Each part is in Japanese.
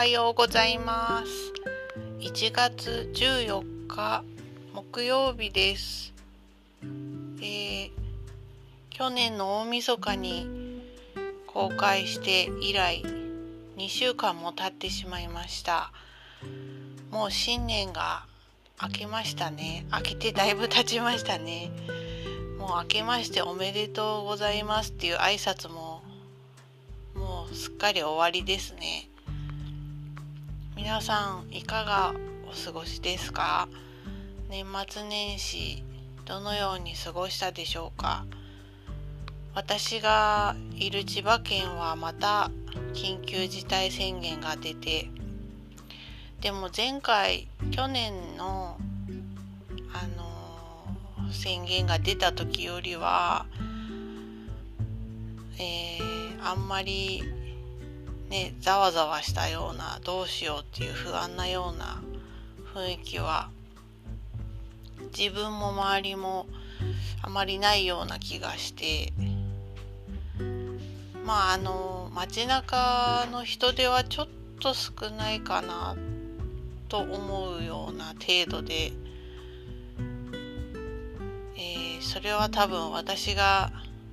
はようございます。1月14日木曜日です。去年の大晦日に公開して以来2週間も経ってしまいました。もう新年が明けましたね。明けてだいぶ経ちましたね。もう明けましておめでとうございますっていう挨拶ももうすっかり終わりですね。皆さんいかがお過ごしですか？年末年始どのように過ごしたでしょうか？私がいる千葉県はまた緊急事態宣言が出て、でも前回去年の宣言が出た時よりは、あんまりねざわざわしたような、どうしようっていう不安なような雰囲気は自分も周りもあまりないような気がして、街中の人出はちょっと少ないかなと思うような程度で、それは多分私が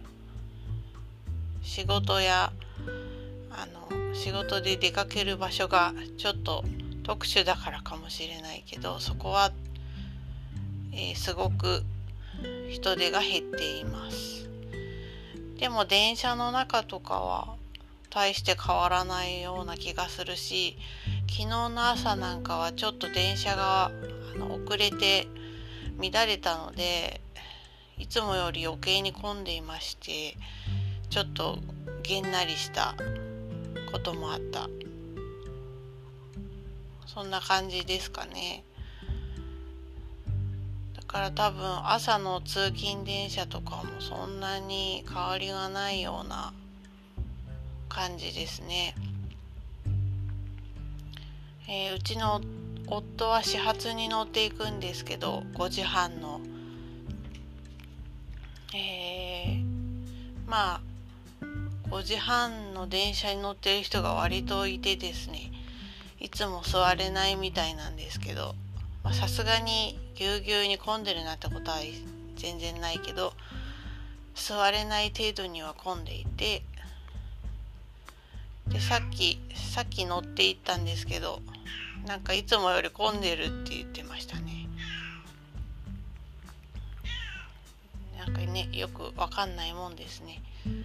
仕事で出かける場所がちょっと特殊だからかもしれないけど、そこは、すごく人手が減っています。でも電車の中とかは大して変わらないような気がするし、昨日の朝なんかはちょっと電車が遅れて乱れたので、いつもより余計に混んでいまして、ちょっとげんなりしたこともあった。そんな感じですかね。だから多分朝の通勤電車とかもそんなに変わりがないような感じですね。うちの夫は始発に乗っていくんですけど、5時半の5時半の電車に乗ってる人が割といてですね、いつも座れないみたいなんですけど、さすがにぎゅうぎゅうに混んでるなんてことは全然ないけど、座れない程度には混んでいて、でさっき乗って行ったんですけど、なんかいつもより混んでるって言ってましたね。なんかね、よくわかんないもんですね。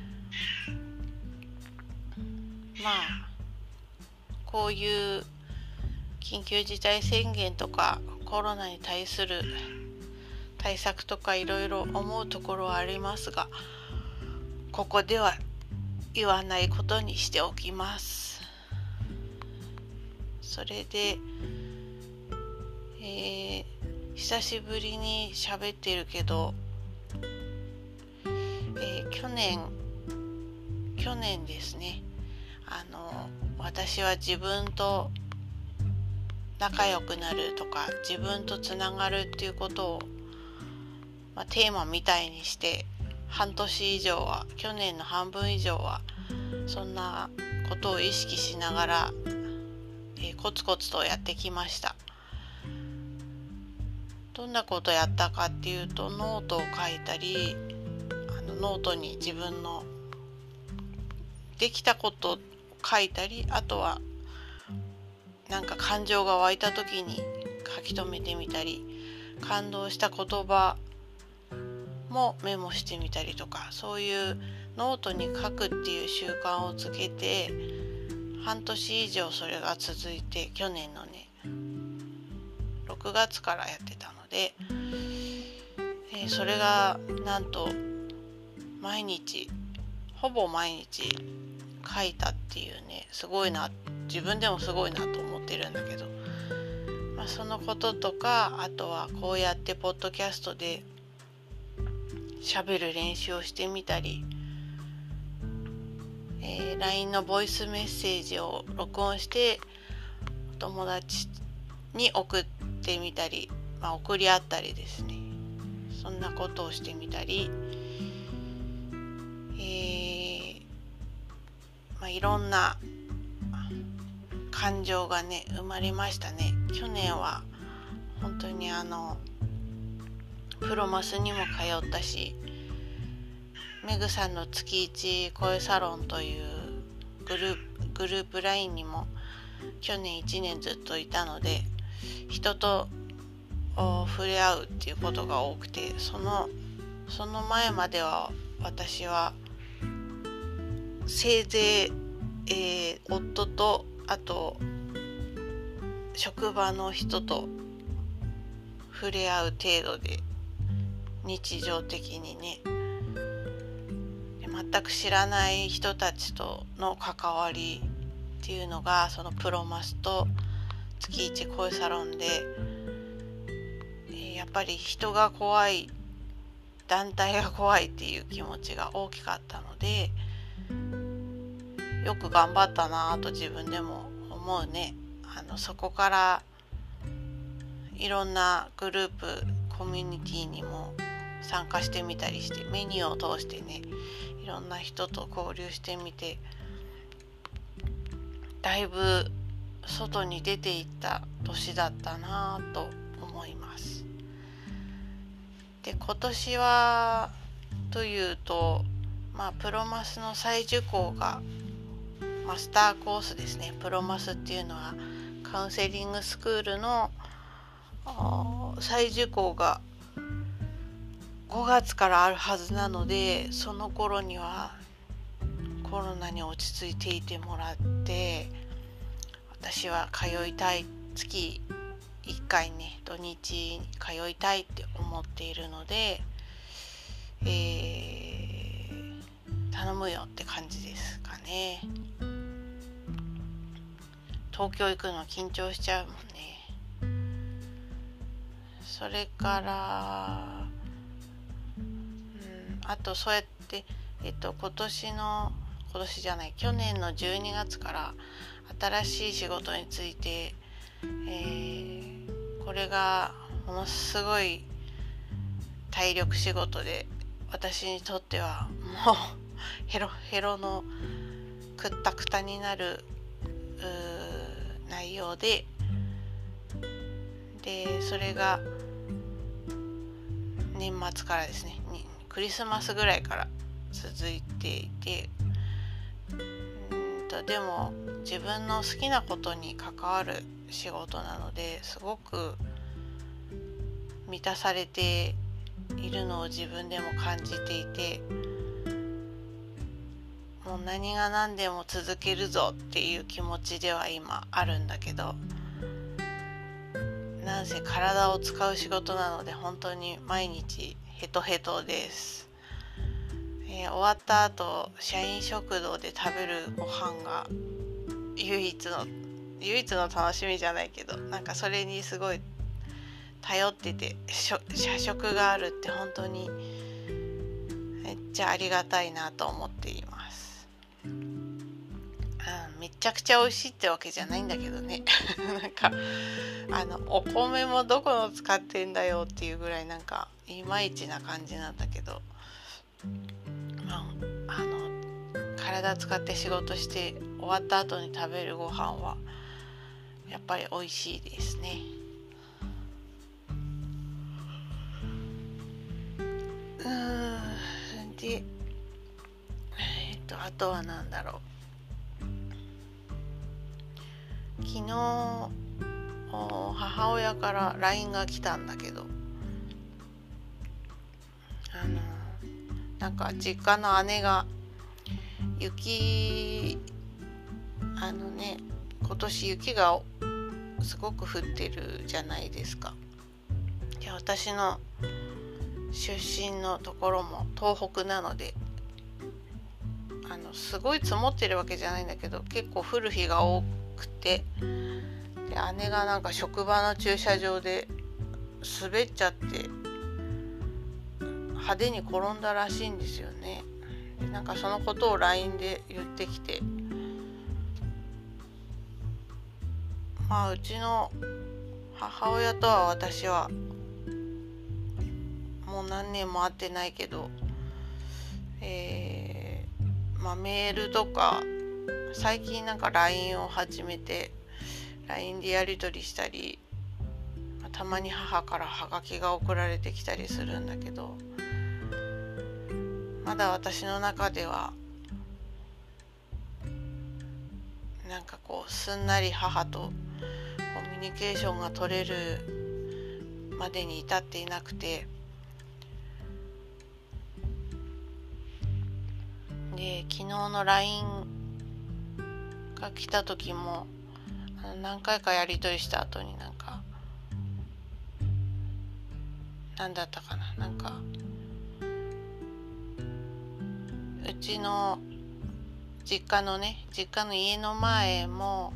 こういう緊急事態宣言とかコロナに対する対策とかいろいろ思うところはありますが、ここでは言わないことにしておきます。それで、久しぶりに喋ってるけど、去年ですね、私は自分と仲良くなるとか自分とつながるっていうことを、テーマみたいにして半年以上は、去年の半分以上はそんなことを意識しながら、コツコツとやってきました。どんなことやったかっていうと、ノートを書いたり、ノートに自分のできたことを書いたり、あとはなんか感情が湧いた時に書き留めてみたり、感動した言葉もメモしてみたりとか、そういうノートに書くっていう習慣をつけて半年以上それが続いて、去年のね6月からやってたので、それがなんとほぼ毎日書いたっていうね、すごいな、自分でもすごいなと思ってるんだけど、そのこととか、あとはこうやってポッドキャストで喋る練習をしてみたり、LINE のボイスメッセージを録音してお友達に送ってみたり、送り合ったりですね、そんなことをしてみたり、いろんな感情がね生まれましたね。去年は本当にプロマスにも通ったし、メグさんの月一声サロンというグループ LINE にも去年1年ずっといたので、人と触れ合うっていうことが多くて、その前までは私はせいぜい、夫とあと職場の人と触れ合う程度で日常的にね、で全く知らない人たちとの関わりっていうのがそのプロマスと月一声サロンで、やっぱり人が怖い、団体が怖いっていう気持ちが大きかったので、よく頑張ったなと自分でも思うね。そこからいろんなグループコミュニティにも参加してみたりして、メニューを通してねいろんな人と交流してみて、だいぶ外に出ていった年だったなと思います。で、今年はというと、プロマスの再受講がマスターコースですね。プロマスっていうのはカウンセリングスクールの再受講が5月からあるはずなので、その頃にはコロナに落ち着いていてもらって、私は通いたい、月1回ね土日に通いたいって思っているので、頼むよって感じですかね。東京行くの緊張しちゃうもんね。それから、あとそうやって去年の12月から新しい仕事について、これがものすごい体力仕事で、私にとってはもうヘロヘロのくったくたになる内容で、それが年末からですね、クリスマスぐらいから続いていて、でも自分の好きなことに関わる仕事なので、すごく満たされているのを自分でも感じていて、もう何が何でも続けるぞっていう気持ちでは今あるんだけど、なんせ体を使う仕事なので本当に毎日ヘトヘトです。終わった後社員食堂で食べるご飯が唯一の楽しみじゃないけど、なんかそれにすごい頼ってて、社食があるって本当にめっちゃありがたいなと思っています。めちゃくちゃ美味しいってわけじゃないんだけどねなんかお米もどこの使ってんだよっていうぐらいなんかいまいちな感じなんだけど、体使って仕事して終わった後に食べるご飯はやっぱり美味しいですね。で、あとは何だろう。昨日母親から LINE が来たんだけど、なんか実家の姉が今年雪がすごく降ってるじゃないですか。で、私の出身のところも東北なのですごい積もってるわけじゃないんだけど、結構降る日が多くて、で姉がなんか職場の駐車場で滑っちゃって派手に転んだらしいんですよね。でなんかそのことを LINE で言ってきて、うちの母親とは私はもう何年も会ってないけど、メールとか最近なんか LINE を始めて LINE でやり取りしたり、たまに母からハガキが送られてきたりするんだけど、まだ私の中ではなんかこうすんなり母とコミュニケーションが取れるまでに至っていなくて、で昨日の LINE が来た時も何回かやり取りした後になんだったかな、うちの実家の家の前も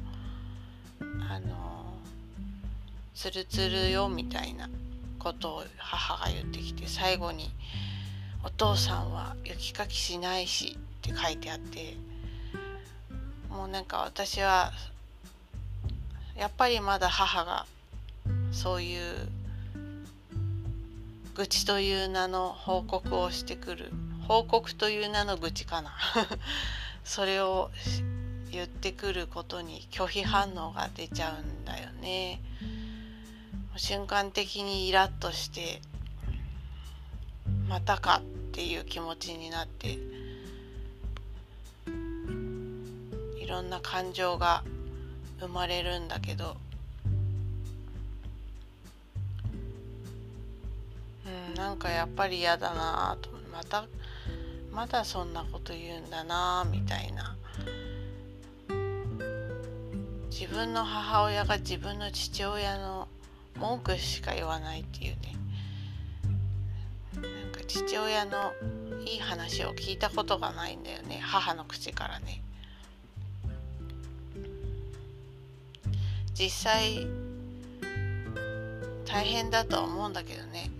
ツルツルよみたいなことを母が言ってきて、最後にお父さんは雪かきしないしって書いてあって、もう私はやっぱりまだ母がそういう愚痴という名の報告をしてくる、報告という名の愚痴かなそれを言ってくることに拒否反応が出ちゃうんだよね。瞬間的にイラッとして、またかっていう気持ちになって、いろんな感情が生まれるんだけど、やっぱり嫌だなと、まだそんなこと言うんだなみたいな。自分の母親が自分の父親の文句しか言わないっていうね。父親のいい話を聞いたことがないんだよね、母の口からね。実際大変だとは思うんだけどね。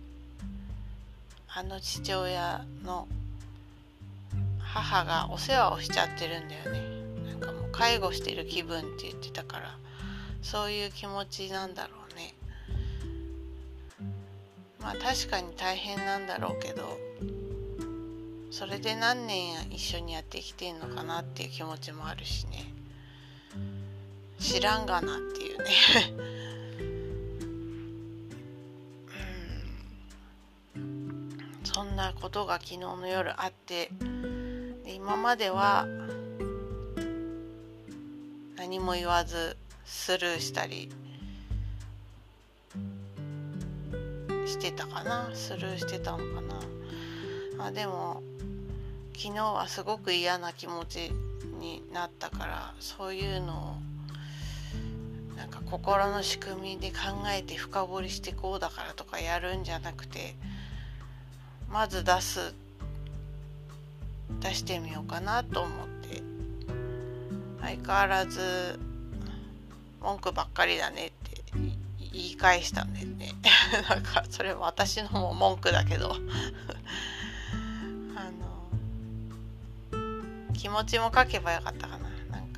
父親の母がお世話をしちゃってるんだよね。もう介護してる気分って言ってたから、そういう気持ちなんだろうね。確かに大変なんだろうけど、それで何年一緒にやってきてんのかなっていう気持ちもあるしね。知らんがなっていうねそんなことが昨日の夜あって、今までは何も言わずスルーしたりしてたかな、スルーしてたのかな。でも昨日はすごく嫌な気持ちになったから、そういうのを心の仕組みで考えて深掘りしてこうだからとかやるんじゃなくて、まず出してみようかなと思って、相変わらず文句ばっかりだねって言い返したんだよねそれは私のも文句だけど気持ちも書けばよかったかな。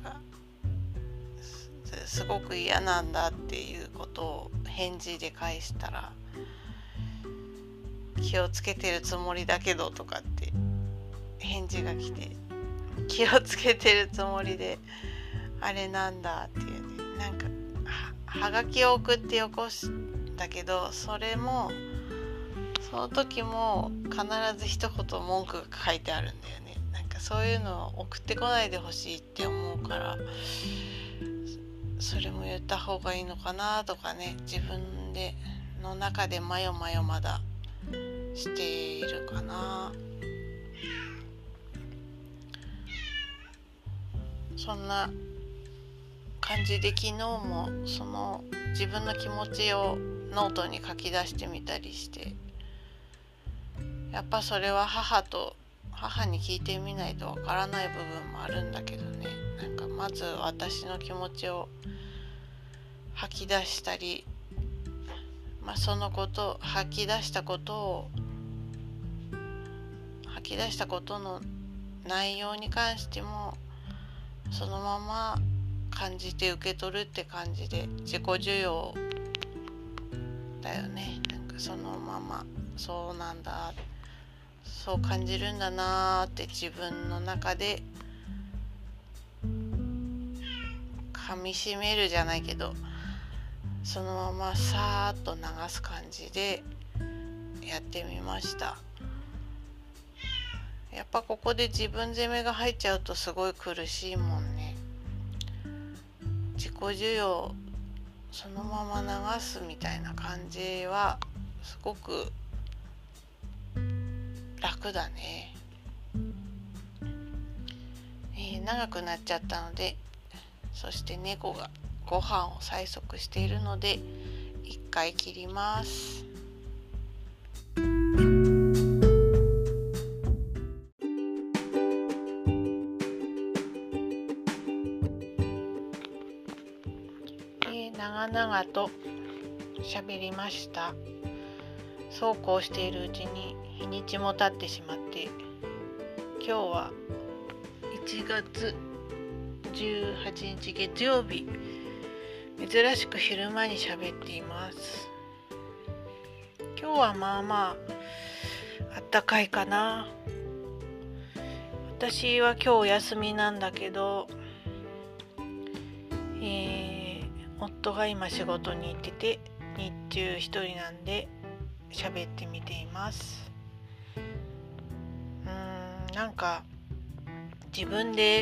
すごく嫌なんだっていうことを返事で返したら、気をつけてるつもりだけどとかって返事が来て、気をつけてるつもりであれなんだっていうね。はがきを送ってよこしたけど、その時も必ず一言文句が書いてあるんだよね。そういうのを送ってこないでほしいって思うから、それも言った方がいいのかなとかね、自分の中でまよまよまだしているかな。そんな感じで昨日もその自分の気持ちをノートに書き出してみたりして、やっぱそれは母に聞いてみないとわからない部分もあるんだけどね。まず私の気持ちを吐き出したり、そのこと吐き出したことの内容に関してもそのまま感じて受け取るって感じで、自己受容だよね。そのままそうなんだ、そう感じるんだなって自分の中で噛みしめるじゃないけど、そのままさーっと流す感じでやってみました。やっぱここで自分攻めが入っちゃうとすごい苦しいもんね。自己需要そのまま流すみたいな感じはすごく楽だね。長くなっちゃったので、そして猫がご飯を催促しているので一回切ります。長々と喋りました。そうこうしているうちに日にちも経ってしまって、今日は1月18日月曜日、珍しく昼間に喋っています。今日はまあまああったかいかな。私は今日お休みなんだけど、夫が今仕事に行ってて、日中一人なんで喋ってみています。なんか自分で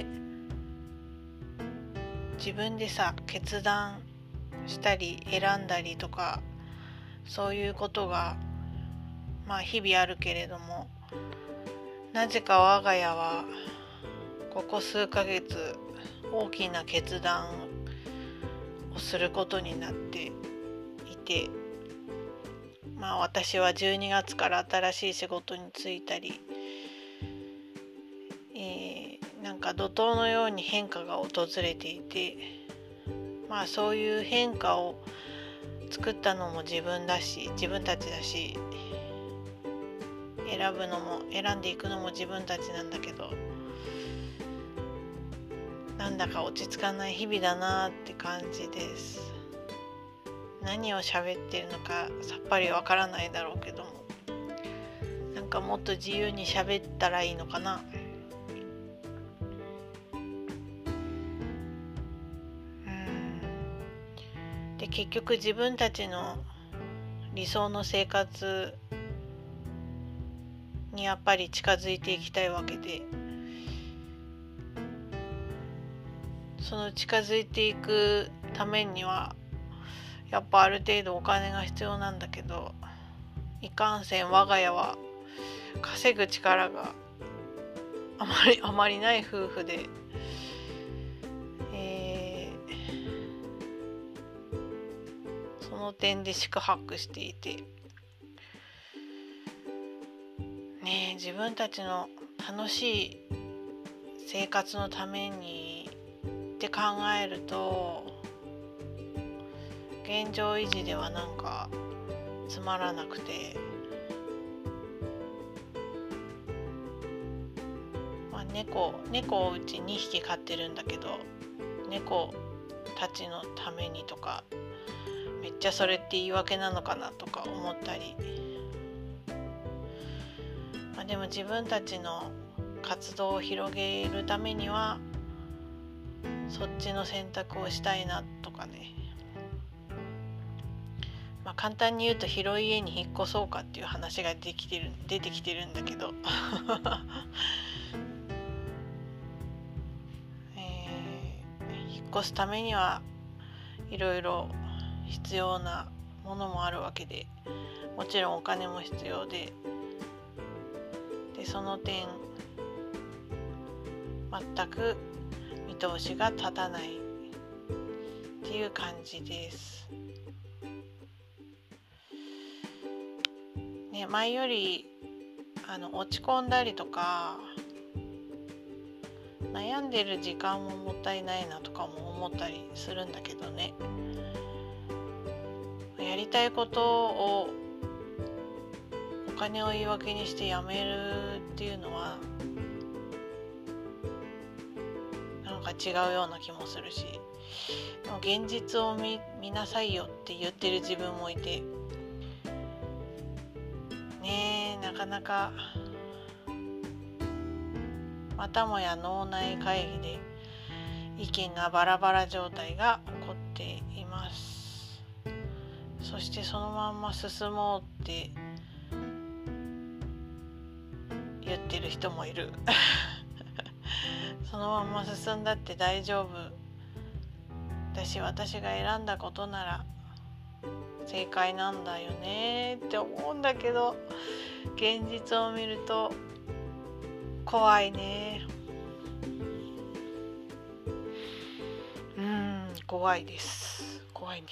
さ、決断したり選んだりとか、そういうことが日々あるけれども、なぜか我が家はここ数ヶ月大きな決断をすることになっていて、私は12月から新しい仕事に就いたり、なんか怒涛のように変化が訪れていて、そういう変化を作ったのも自分たちだし、選んでいくのも自分たちなんだけど、なんだか落ち着かない日々だなって感じです。何を喋ってるのかさっぱりわからないだろうけども、なんかもっと自由に喋ったらいいのかな。で、結局自分たちの理想の生活にやっぱり近づいていきたいわけで、その近づいていくためにはやっぱある程度お金が必要なんだけど、いかんせん我が家は稼ぐ力があまりない夫婦で、その点で四苦八苦していてね、自分たちの楽しい生活のためにって考えると、現状維持ではなんかつまらなくて、猫をうち2匹飼ってるんだけど、猫たちのためにとか、めっちゃそれって言い訳なのかなとか思ったり、でも自分たちの活動を広げるためにはそっちの選択をしたいなとかね。簡単に言うと広い家に引っ越そうかっていう話が出てきてるんだけど引っ越すためにはいろいろ必要なものもあるわけで、もちろんお金も必要で、その点全く見通しが立たないっていう感じです。前より落ち込んだりとか悩んでる時間ももったいないなとかも思ったりするんだけどね。やりたいことをお金を言い訳にしてやめるっていうのはなんか違うような気もするし、でも現実を見なさいよって言ってる自分もいてね、なかなかまたもや脳内会議で意見がバラバラ状態が起こっています。そしてそのまんま進もうって言ってる人もいるそのまんま進んだって大丈夫だし、私が選んだことなら正解なんだよねって思うんだけど、現実を見ると怖いね。怖いです。怖いね。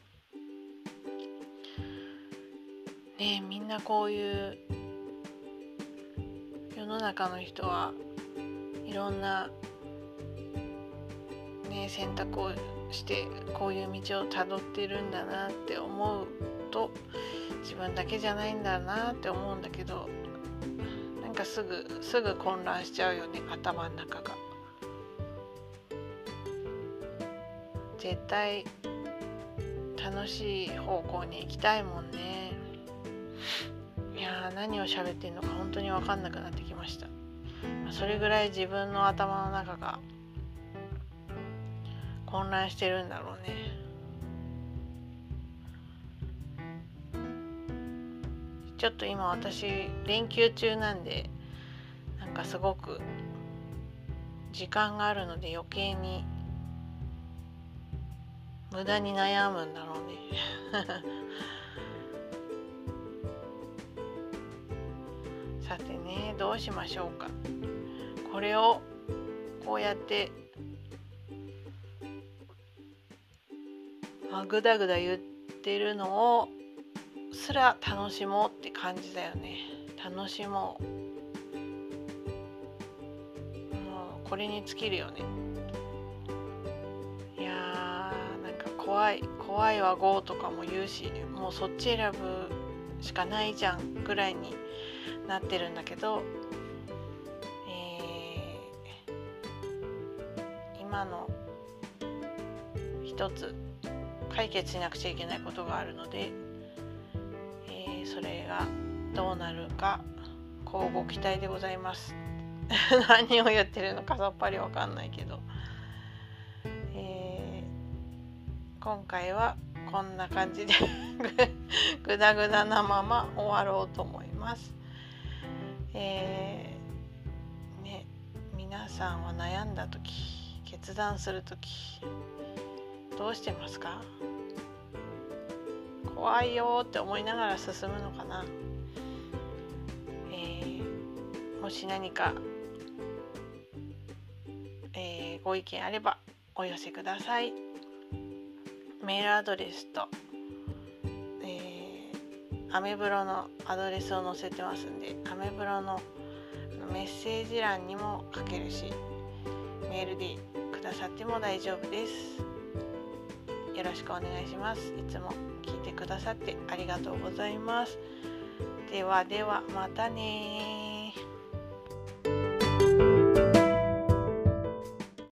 ねえ、みんなこういう世の中の人はいろんな、選択をしてこういう道をたどってるんだなって思うと、自分だけじゃないんだなって思うんだけど、なんかすぐ混乱しちゃうよね、頭の中が。絶対楽しい方向に行きたいもんね。いやー、何を喋ってんのか本当に分かんなくなってきました。それぐらい自分の頭の中が混乱してるんだろうね。ちょっと今私連休中なんで、なんかすごく時間があるので余計に無駄に悩むんだろうねさてね、どうしましょうか。これをこうやってぐだぐだ言ってるのをすら楽しもうって感じだよね。楽しもう。もうこれに尽きるよね。いやー、なんか怖いわ GO とかも言うし、もうそっち選ぶしかないじゃんぐらいになってるんだけど、今の一つ解決しなくちゃいけないことがあるので、それがどうなるか乞うご期待でございます何を言ってるのかさっぱりわかんないけど、今回はこんな感じでぐだぐだなまま終わろうと思います。皆さんは悩んだ時、決断する時どうしてますか？怖いよって思いながら進むのかな。もし何か、ご意見あればお寄せください。メールアドレスと、アメブロのアドレスを載せてますんで、アメブロのメッセージ欄にも書けるし、メールでくださっても大丈夫です。よろしくお願いします。いつも聞いてくださってありがとうございます。ではではまたね。